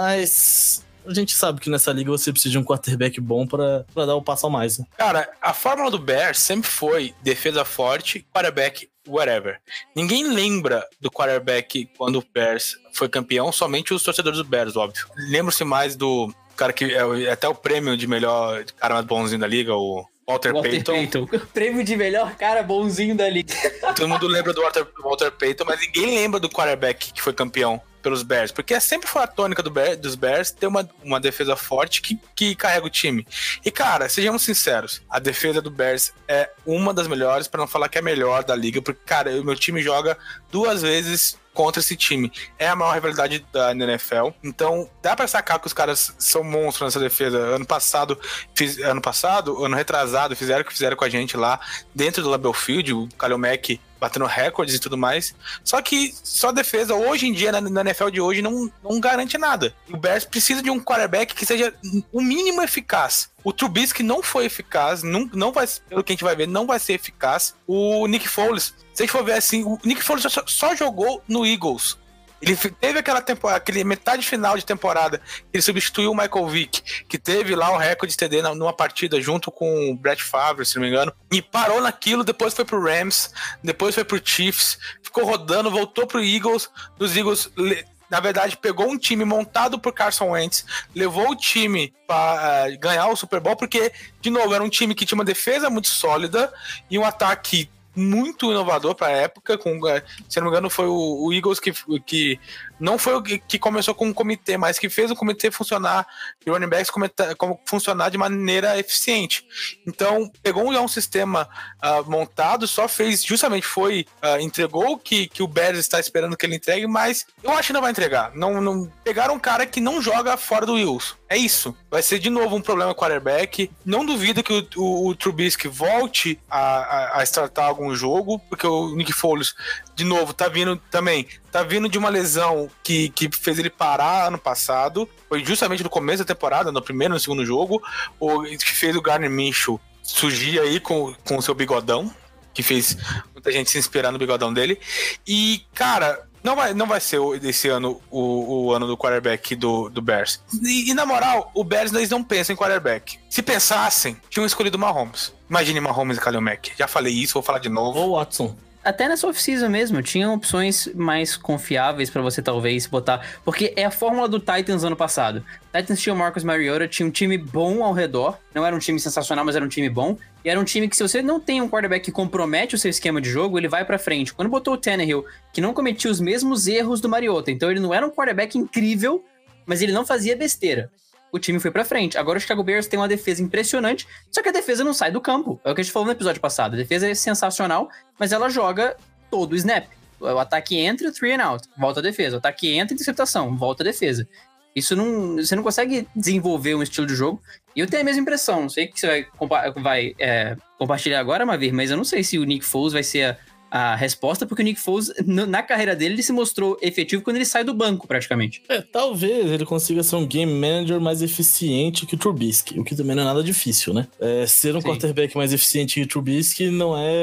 mas a gente sabe que nessa liga você precisa de um quarterback bom pra, pra dar o passo a mais, né? Cara, a fórmula do Bears sempre foi defesa forte, quarterback whatever. Ninguém lembra do quarterback quando o Bears foi campeão, somente os torcedores do Bears, óbvio. Lembro-se mais do cara que é até o prêmio de melhor cara mais bonzinho da liga, o Walter, Walter Payton. Payton. Prêmio de melhor cara bonzinho da liga. Todo mundo lembra do Walter, Walter Payton, mas ninguém lembra do quarterback que foi campeão pelos Bears, porque sempre foi a tônica do Bears, dos Bears ter uma, uma defesa forte que, que carrega o time. E cara, sejamos sinceros, a defesa do Bears é uma das melhores, para não falar que é a melhor da liga, porque cara, o meu time joga duas vezes contra esse time. É a maior rivalidade da N F L. Então, dá pra sacar que os caras são monstros nessa defesa. Ano passado, fiz, ano passado, ano retrasado, fizeram o que fizeram com a gente lá dentro do Lambeau Field, o Khalil Mack batendo recordes e tudo mais. Só que só a defesa, hoje em dia, na, na N F L de hoje, não, não garante nada. O Bears precisa de um quarterback que seja o mínimo eficaz. O Trubisky não foi eficaz, não, não vai, pelo que a gente vai ver, não vai ser eficaz. O Nick Foles, se a gente for ver assim, o Nick Foles só, só jogou no Eagles. Ele teve aquela temporada, aquele metade final de temporada, que ele substituiu o Michael Vick, que teve lá o recorde de T D numa partida junto com o Brett Favre, se não me engano, e parou naquilo, depois foi pro Rams, depois foi pro Chiefs, ficou rodando, voltou pro Eagles, dos Eagles, na verdade, pegou um time montado por Carson Wentz, levou o time para uh, ganhar o Super Bowl, porque, de novo, era um time que tinha uma defesa muito sólida e um ataque muito inovador para a época, com, se não me engano foi o, o Eagles que, que não foi o que, que começou com um comitê, mas que fez o comitê funcionar, e o running backs cometa, como, funcionar de maneira eficiente. Então pegou um, um sistema uh, montado, só fez, justamente foi, uh, entregou o que, que o Bears está esperando que ele entregue, mas eu acho que não vai entregar. Não, não, pegaram um cara que não joga fora do Eagles. É isso. Vai ser de novo um problema quarterback. Não duvido que o, o, o Trubisky volte a, a, a startar algum jogo, porque o Nick Foles, de novo, tá vindo também, tá vindo de uma lesão que, que fez ele parar ano passado. Foi justamente no começo da temporada, no primeiro e no segundo jogo, o, que fez o Gardner Minshew surgir aí com, com o seu bigodão, que fez muita gente se inspirar no bigodão dele. E, cara, Não vai, não vai ser esse ano o, o ano do quarterback do, do Bears. E, e na moral, o Bears eles não pensam em quarterback. Se pensassem, tinham escolhido o Mahomes. Imagine Mahomes e Khalil Mack. Já falei isso, vou falar de novo. Ou Watson. Até nessa off-season mesmo, tinham opções mais confiáveis pra você talvez botar. Porque é a fórmula do Titans ano passado. Titans tinha o Marcus Mariota, tinha um time bom ao redor. Não era um time sensacional, mas era um time bom. E era um time que, se você não tem um quarterback que compromete o seu esquema de jogo, ele vai pra frente. Quando botou o Tannehill, que não cometia os mesmos erros do Mariota, então ele não era um quarterback incrível, mas ele não fazia besteira. O time foi pra frente. Agora o Chicago Bears tem uma defesa impressionante, só que a defesa não sai do campo. É o que a gente falou no episódio passado. A defesa é sensacional, mas ela joga todo o snap. O ataque entra, three and out, volta a defesa. O ataque entra, interceptação, volta a defesa. Isso não... Você não consegue desenvolver um estilo de jogo. E eu tenho a mesma impressão. Não sei o que você vai, compa- vai é, compartilhar agora, Mavir, mas eu não sei se o Nick Foles vai ser a, a resposta, porque o Nick Foles, na carreira dele, ele se mostrou efetivo quando ele sai do banco, praticamente. É, talvez ele consiga ser um game manager mais eficiente que o Trubisky, o que também não é nada difícil, né? É, ser um Sim. quarterback mais eficiente que o Trubisky não é...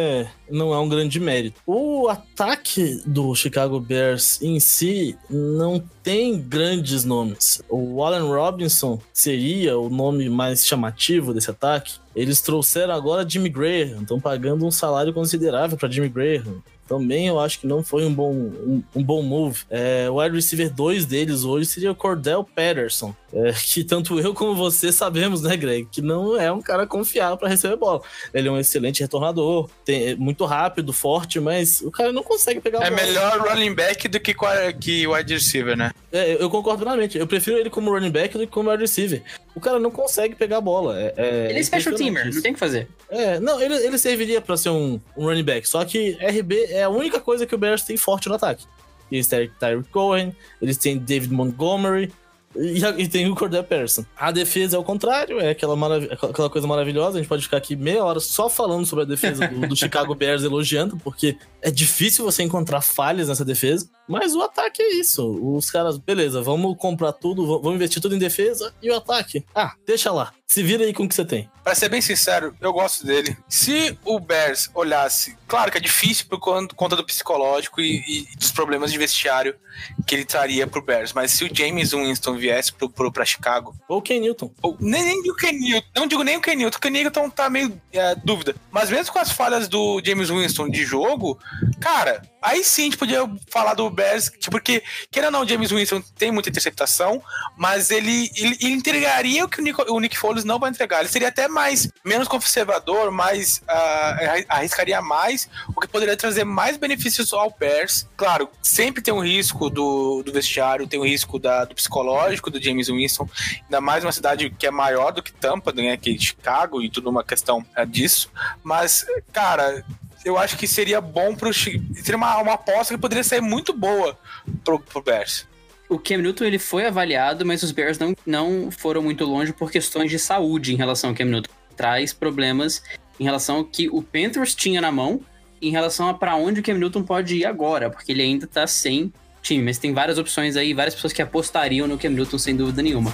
não é um grande mérito. O ataque do Chicago Bears em si não tem grandes nomes. O Allen Robinson seria o nome mais chamativo desse ataque. Eles trouxeram agora Jimmy Graham, estão pagando um salário considerável para Jimmy Graham. Também eu acho que não foi um bom, um, um bom move. É, o wide receiver dois deles hoje seria o Cordell Patterson, é, que tanto eu como você sabemos, né, Greg, que não é um cara confiável para receber bola. Ele é um excelente retornador, tem, é muito rápido, forte, mas o cara não consegue pegar a é bola. É melhor running back do que, que wide receiver, né? É, eu concordo plenamente. Eu prefiro ele como running back do que como wide receiver. O cara não consegue pegar a bola. É, é ele é special teamer, não tem o que fazer. É, não, ele, ele serviria pra ser um, um running back, só que R B é a única coisa que o Bears tem forte no ataque. Eles têm Tyreek Cohen, eles têm David Montgomery e, e tem o Cordell Patterson. A defesa é o contrário, é aquela, marav- aquela coisa maravilhosa. A gente pode ficar aqui meia hora só falando sobre a defesa do, do Chicago Bears, elogiando, porque é difícil você encontrar falhas nessa defesa. Mas o ataque é isso. Os caras, beleza, vamos comprar tudo, vamos investir tudo em defesa. E o ataque? Ah, deixa lá. Se vira aí com o que você tem. Pra ser bem sincero, eu gosto dele. Se o Bears olhasse... Claro que é difícil por conta do psicológico e, e dos problemas de vestiário que ele traria pro Bears. Mas se o James Winston viesse pro, pro, pra Chicago... Ou o Ken Newton. Ou, nem, nem o Ken Newton. Não digo nem o Ken Newton. O Ken Newton tá meio é, dúvida. Mas mesmo com as falhas do James Winston de jogo... Cara... Aí sim a gente podia falar do Bears, porque, querendo ou não, o James Winston tem muita interceptação, mas ele, ele, ele entregaria o que o Nick, o Nick Foles não vai entregar. Ele seria até mais, menos conservador, mais, uh, arriscaria mais, o que poderia trazer mais benefícios ao Bears. Claro, sempre tem um risco do, do vestiário, tem um risco da, do psicológico do James Winston, ainda mais uma cidade que é maior do que Tampa, né, que é Chicago, e tudo uma questão uh, disso. Mas, cara... Eu acho que seria bom pro seria uma, uma aposta que poderia ser muito boa pro, pro Bears. O Cam Newton ele foi avaliado, mas os Bears não, não foram muito longe por questões de saúde em relação ao Cam Newton. Traz problemas em relação ao que o Panthers tinha na mão, em relação a para onde o Cam Newton pode ir agora, porque ele ainda tá sem time. Mas tem várias opções aí, várias pessoas que apostariam no Cam Newton sem dúvida nenhuma.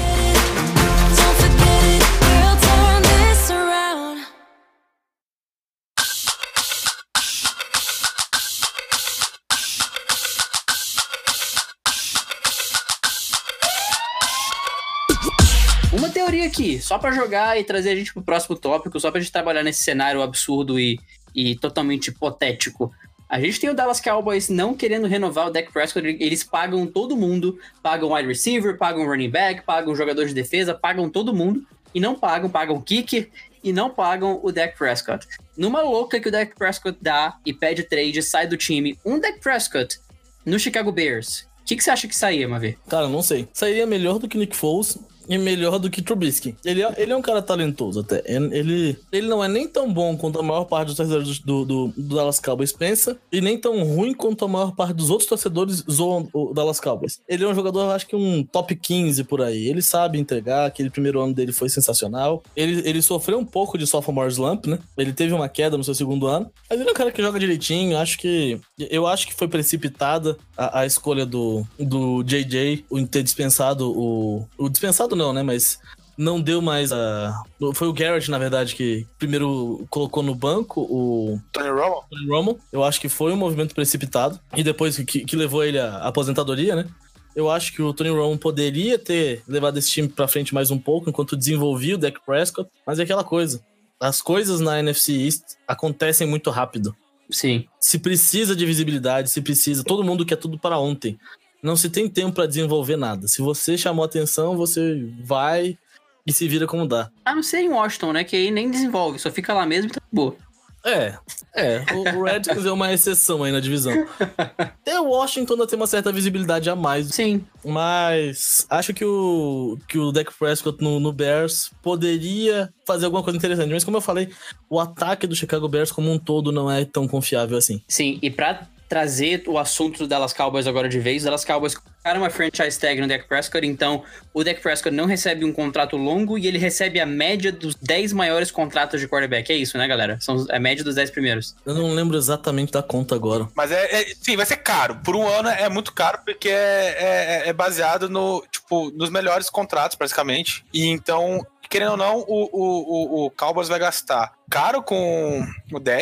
Uma teoria aqui, só pra jogar e trazer a gente pro próximo tópico, só pra gente trabalhar nesse cenário absurdo e, e totalmente hipotético. A gente tem o Dallas Cowboys não querendo renovar o Dak Prescott, eles pagam todo mundo, pagam wide receiver, pagam running back, pagam jogador de defesa, pagam todo mundo, e não pagam, pagam kicker, e não pagam o Dak Prescott. Numa louca que o Dak Prescott dá e pede trade, sai do time, um Dak Prescott no Chicago Bears, o que, que você acha que saía, Mavê? Cara, não sei. Sairia melhor do que Nick Foles e melhor do que Trubisky. Ele é, ele é um cara talentoso até. Ele, ele não é nem tão bom quanto a maior parte dos torcedores do, do, do Dallas Cowboys pensa, e nem tão ruim quanto a maior parte dos outros torcedores zoam o Dallas Cowboys. Ele é um jogador, acho que um top quinze por aí. Ele sabe entregar, aquele primeiro ano dele foi sensacional. Ele, ele sofreu um pouco de sophomore slump, né? Ele teve uma queda no seu segundo ano, mas ele é um cara que joga direitinho. Acho que, eu acho que foi precipitada a, a escolha do, do J J, o ter dispensado o... O dispensado não, né? Mas não deu mais a... Foi o Garrett, na verdade, que primeiro colocou no banco o... Tony Romo? Tony Romo. Eu acho que foi um movimento precipitado. E depois que, que levou ele à aposentadoria, né? Eu acho que o Tony Romo poderia ter levado esse time pra frente mais um pouco, enquanto desenvolvia o Dak Prescott. Mas é aquela coisa. As coisas na N F C East acontecem muito rápido. Sim. Se precisa de visibilidade, se precisa... Todo mundo quer tudo para ontem. Não se tem tempo pra desenvolver nada. Se você chamou atenção, você vai e se vira como dá. A não ser em Washington, né? Que aí nem desenvolve, só fica lá mesmo e tá boa. É, é. O Redskins é uma exceção aí na divisão. Até o Washington ainda tem uma certa visibilidade a mais. Sim. Mas acho que o, que o Dak Prescott no, no Bears poderia fazer alguma coisa interessante. Mas como eu falei, o ataque do Chicago Bears como um todo não é tão confiável assim. Sim, e pra trazer o assunto do Dallas Cowboys agora de vez, o Dallas Cowboys colocaram uma franchise tag no Dak Prescott, então o Dak Prescott não recebe um contrato longo e ele recebe a média dos dez maiores contratos de quarterback. É isso, né, galera? São a média dos dez primeiros. Eu não lembro exatamente da conta agora. Mas é, é sim, vai ser caro. Por um ano é muito caro, porque é, é, é baseado no, tipo, nos melhores contratos, praticamente. E então, querendo ou não, o, o, o, o Cowboys vai gastar caro com o Dak.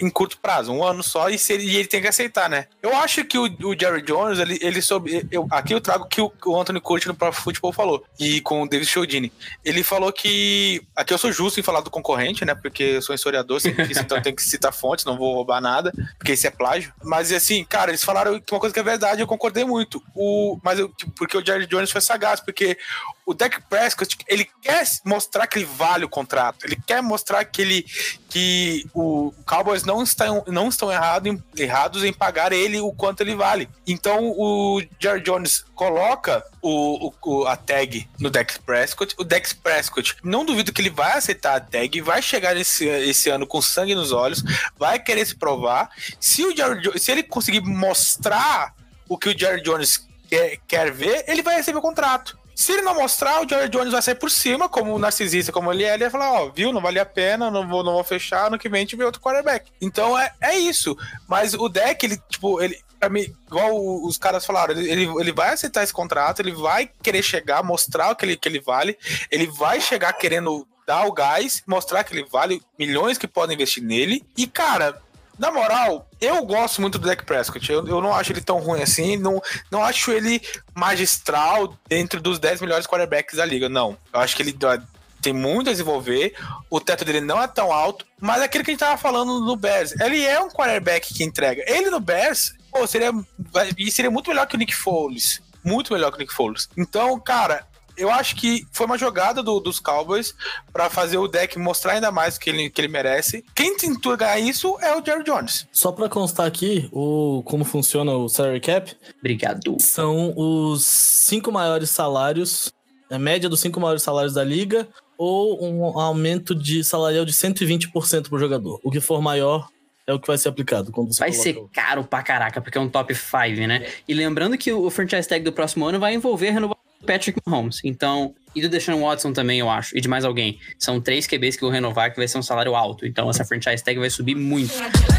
em curto prazo, um ano só, e, se ele, e ele tem que aceitar, né? Eu acho que o, o Jerry Jones, ele, ele soube... Eu, aqui eu trago o que o, o Anthony Curti no Pro Football falou, e com o David Chiodini. Ele falou que... Aqui eu sou justo em falar do concorrente, né? Porque eu sou historiador, sempre quis, então eu tenho que citar fontes, não vou roubar nada, porque isso é plágio. Mas, assim, cara, eles falaram que uma coisa que é verdade, eu concordei muito. O, mas eu, tipo, porque o Jerry Jones foi sagaz, porque o Dak Prescott, ele quer mostrar que ele vale o contrato, ele quer mostrar que ele que o Cowboys não estão, não estão errado em, errados em pagar ele o quanto ele vale. Então o Jerry Jones coloca o, o, a tag no Dak Prescott, o Dak Prescott, não duvido que ele vai aceitar a tag, vai chegar esse, esse ano com sangue nos olhos, vai querer se provar. Se, o Jerry, se ele conseguir mostrar o que o Jerry Jones quer, quer ver, ele vai receber o contrato. Se ele não mostrar, o Jerry Jones vai sair por cima, como narcisista como ele é, ele vai falar, ó, viu, não valia a pena, não vou, não vou fechar, ano que vem a gente vê outro quarterback. Então é, é isso. Mas o Dak, ele, tipo, ele, pra mim, igual os caras falaram, ele, ele, ele vai aceitar esse contrato, ele vai querer chegar, mostrar o que ele, que ele vale, ele vai chegar querendo dar o gás, mostrar que ele vale milhões que podem investir nele, e cara... Na moral, eu gosto muito do Dak Prescott. Eu, eu não acho ele tão ruim assim. Não, não acho ele magistral dentro dos dez melhores quarterbacks da liga. Não. Eu acho que ele tem muito a desenvolver. O teto dele não é tão alto. Mas é aquilo que a gente tava falando no Bears. Ele é um quarterback que entrega. Ele no Bears, pô, seria, seria muito melhor que o Nick Foles. Muito melhor que o Nick Foles. Então, cara... Eu acho que foi uma jogada do, dos Cowboys pra fazer o Dak mostrar ainda mais o que ele, que ele merece. Quem tentou ganhar isso é o Jerry Jones. Só pra constar aqui o, como funciona o salary cap. Obrigado. São os cinco maiores salários, a média dos cinco maiores salários da liga, ou um aumento de salarial de cento e vinte por cento pro jogador. O que for maior é o que vai ser aplicado. Quando você vai ser o... caro pra caraca, porque é um top cinco, né? E lembrando que o franchise tag do próximo ano vai envolver renovação Patrick Mahomes, então, e do Deshaun Watson também, eu acho, e de mais alguém. São três Q Bs que vão renovar, que vai ser um salário alto, então essa franchise tag vai subir muito.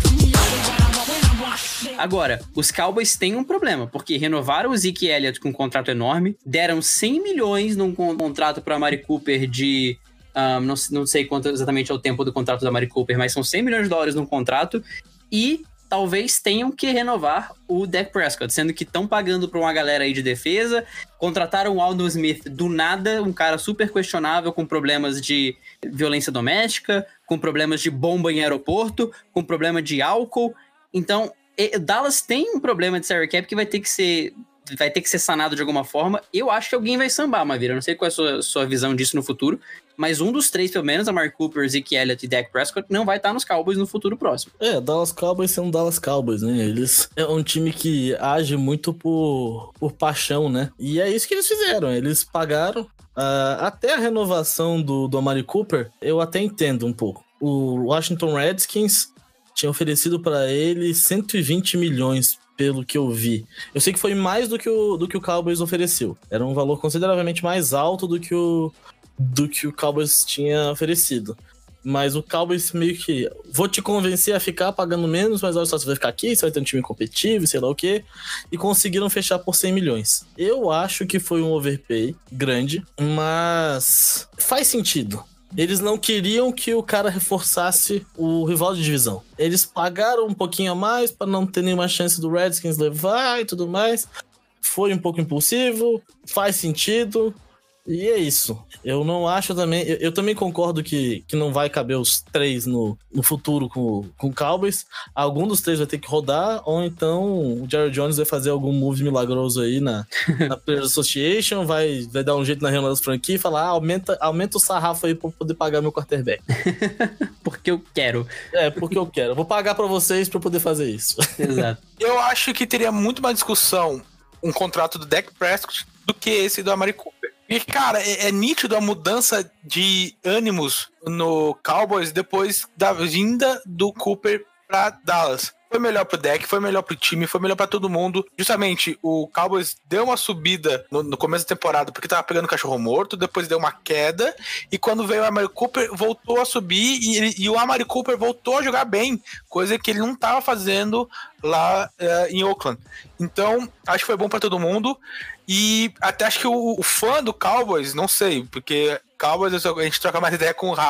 Agora, os Cowboys têm um problema, porque renovaram o Zeke Elliott com um contrato enorme, deram cem milhões num contrato para Amari Cooper de... Um, não, não sei quanto exatamente é o tempo do contrato da Amari Cooper, mas são cem milhões de dólares num contrato, e... talvez tenham que renovar o Dak Prescott, sendo que estão pagando para uma galera aí de defesa, contrataram o Aldon Smith do nada, um cara super questionável, com problemas de violência doméstica, com problemas de bomba em aeroporto, com problema de álcool. Então, Dallas tem um problema de salary cap que vai ter que ser... vai ter que ser sanado de alguma forma. Eu acho que alguém vai sambar, Mavira. Eu não sei qual é a sua, sua visão disso no futuro, mas um dos três, pelo menos, a Amari Cooper, Zeke Elliott e Dak Prescott, não vai estar nos Cowboys no futuro próximo. É, Dallas Cowboys são Dallas Cowboys, né? Eles é um time que age muito por, por paixão, né? E é isso que eles fizeram. Eles pagaram uh, até a renovação do, do Amari Cooper, eu até entendo um pouco. O Washington Redskins tinha oferecido para ele cento e vinte milhões pelo que eu vi. Eu sei que foi mais do que o, do que o Cowboys ofereceu. Era um valor consideravelmente mais alto do que o, do que o Cowboys tinha oferecido. Mas o Cowboys meio que... vou te convencer a ficar pagando menos, mas olha só, você vai ficar aqui, você vai ter um time competitivo, sei lá o quê. E conseguiram fechar por cem milhões. Eu acho que foi um overpay grande, mas faz sentido. Eles não queriam que o cara reforçasse o rival de divisão. Eles pagaram um pouquinho a mais para não ter nenhuma chance do Redskins levar e tudo mais. Foi um pouco impulsivo, faz sentido. E é isso. Eu não acho também... Eu, eu também concordo que, que não vai caber os três no, no futuro com, com o Cowboys. Algum dos três vai ter que rodar, ou então o Jerry Jones vai fazer algum move milagroso aí na, na Players Association, vai, vai dar um jeito na reunião das franquias e falar, ah, aumenta, aumenta o sarrafo aí pra eu poder pagar meu quarterback. Porque eu quero. É, porque eu quero. Eu vou pagar pra vocês pra eu poder fazer isso. Exato. Eu acho que teria muito mais discussão um contrato do Dak Prescott do que esse do Amari Cooper. E, cara, é, é nítido a mudança de ânimos no Cowboys depois da vinda do Cooper pra Dallas. Foi melhor pro Dak, foi melhor pro time, foi melhor pra todo mundo. Justamente, o Cowboys deu uma subida no, no começo da temporada porque tava pegando cachorro morto, depois deu uma queda, e quando veio o Amari Cooper, voltou a subir, e, e o Amari Cooper voltou a jogar bem, coisa que ele não tava fazendo lá uh, em Oakland. Então, acho que foi bom pra todo mundo, e até acho que o, o fã do Cowboys, não sei, porque Cowboys a gente troca mais ideia com o Rafa.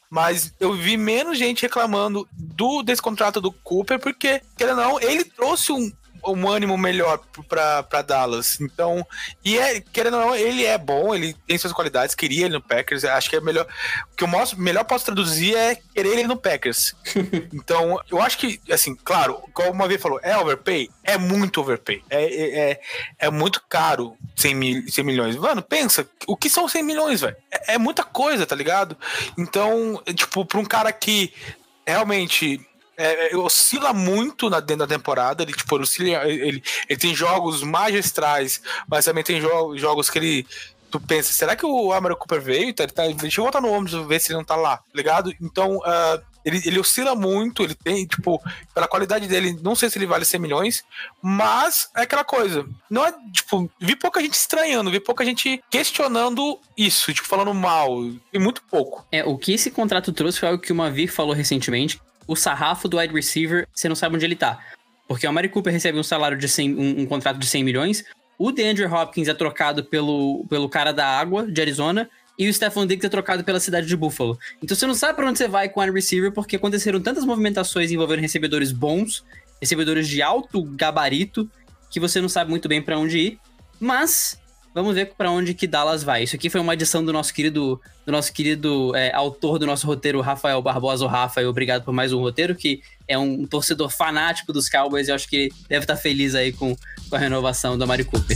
mas eu vi menos gente reclamando do, desse contrato do Cooper, porque, querendo ou não, ele trouxe um, um ânimo melhor pra, pra Dallas. Então, e é, querendo ou não, ele é bom, ele tem suas qualidades, queria ele no Packers, acho que é melhor, o que eu mostro, melhor posso traduzir é querer ele no Packers. Então, eu acho que, assim, claro, como uma vez falou, é overpay? É muito overpay. É, é, é muito caro cem, mil, cem milhões. Mano, pensa, o que são cem milhões, velho? É, é muita coisa, tá ligado? Então, tipo, pra um cara que realmente... É, oscila muito na, dentro da temporada, ele, tipo, oscila, ele, ele tem jogos magistrais, mas também tem jo- jogos que ele, tu pensa, será que o Amari Cooper veio? Tá, ele tá, deixa eu botar no ombro ver se ele não tá lá, ligado? Então, uh, ele, ele oscila muito, ele tem, tipo, pela qualidade dele, não sei se ele vale cem milhões, mas é aquela coisa, não é, tipo, vi pouca gente estranhando, vi pouca gente questionando isso, tipo, falando mal, e muito pouco. É, o que esse contrato trouxe foi algo que o Mavi falou recentemente. O sarrafo do wide receiver, você não sabe onde ele tá. Porque o Amari Cooper recebe um salário de cem, um, um contrato de cem milhões, o DeAndre Hopkins é trocado pelo, pelo cara da água, de Arizona, e o Stephon Diggs é trocado pela cidade de Buffalo. Então você não sabe pra onde você vai com o wide receiver, porque aconteceram tantas movimentações envolvendo recebedores bons, recebedores de alto gabarito, que você não sabe muito bem pra onde ir. Mas... vamos ver pra onde que Dallas vai. Isso aqui foi uma edição do nosso querido, do nosso querido é, autor do nosso roteiro, Rafael Barbosa. O Rafa, obrigado por mais um roteiro, que é um torcedor fanático dos Cowboys. Eu acho que ele deve estar feliz aí com, com a renovação do Amari Cooper.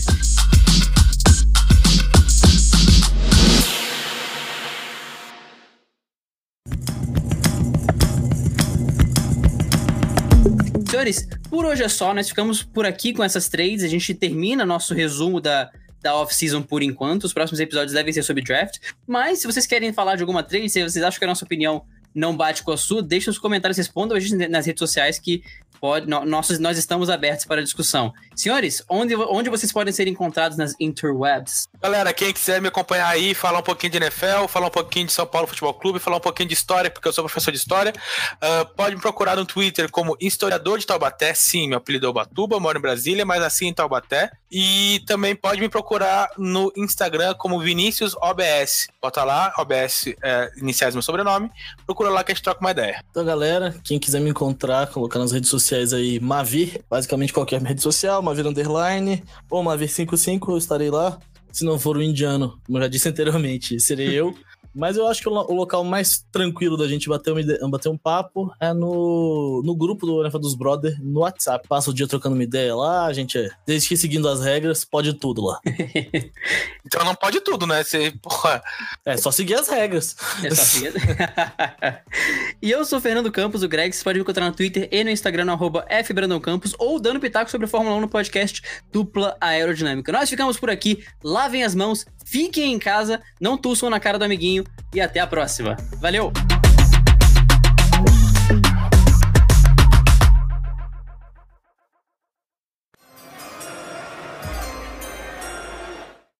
Senhores, por hoje é só. Nós ficamos por aqui com essas trades. A gente termina nosso resumo da... da off-season por enquanto. Os próximos episódios devem ser sobre draft. Mas se vocês querem falar de alguma trade, se vocês acham que a nossa opinião não bate com a sua, deixem nos comentários, respondam a gente nas redes sociais que pode, no, nós, nós estamos abertos para a discussão. Senhores, onde, onde vocês podem ser encontrados nas interwebs? Galera, quem quiser me acompanhar aí, falar um pouquinho de N F L, falar um pouquinho de São Paulo Futebol Clube, falar um pouquinho de história, porque eu sou professor de história, uh, pode me procurar no Twitter como Historiador de Taubaté. Sim, meu apelido é Ubatuba, moro em Brasília, mas assim em Taubaté. E também pode me procurar no Instagram como Vinícius O B S. Bota lá, O B S é, iniciais do meu sobrenome. Procura lá que a gente troca uma ideia. Então, galera, quem quiser me encontrar, colocar nas redes sociais aí, Mavir, basicamente qualquer rede social, Mavir Underline, ou Mavir cinquenta e cinco, eu estarei lá. Se não for o indiano, como eu já disse anteriormente, serei eu. Mas eu acho que o, lo- o local mais tranquilo da gente bater, uma ide- bater um papo é no, no grupo do N F L dos Brother, no WhatsApp. Passa o dia trocando uma ideia lá, a gente é, desde que seguindo as regras, pode tudo lá. Então não pode tudo, né? Você, porra... É só seguir as regras. É só seguir. E eu sou o Fernando Campos, o Greg. Você pode me encontrar no Twitter e no Instagram, no arroba fbrandoncampos, ou dando pitaco sobre a Fórmula um no podcast Dupla Aerodinâmica. Nós ficamos por aqui. Lavem as mãos, fiquem em casa, não tussam na cara do amiguinho e até a próxima. Valeu!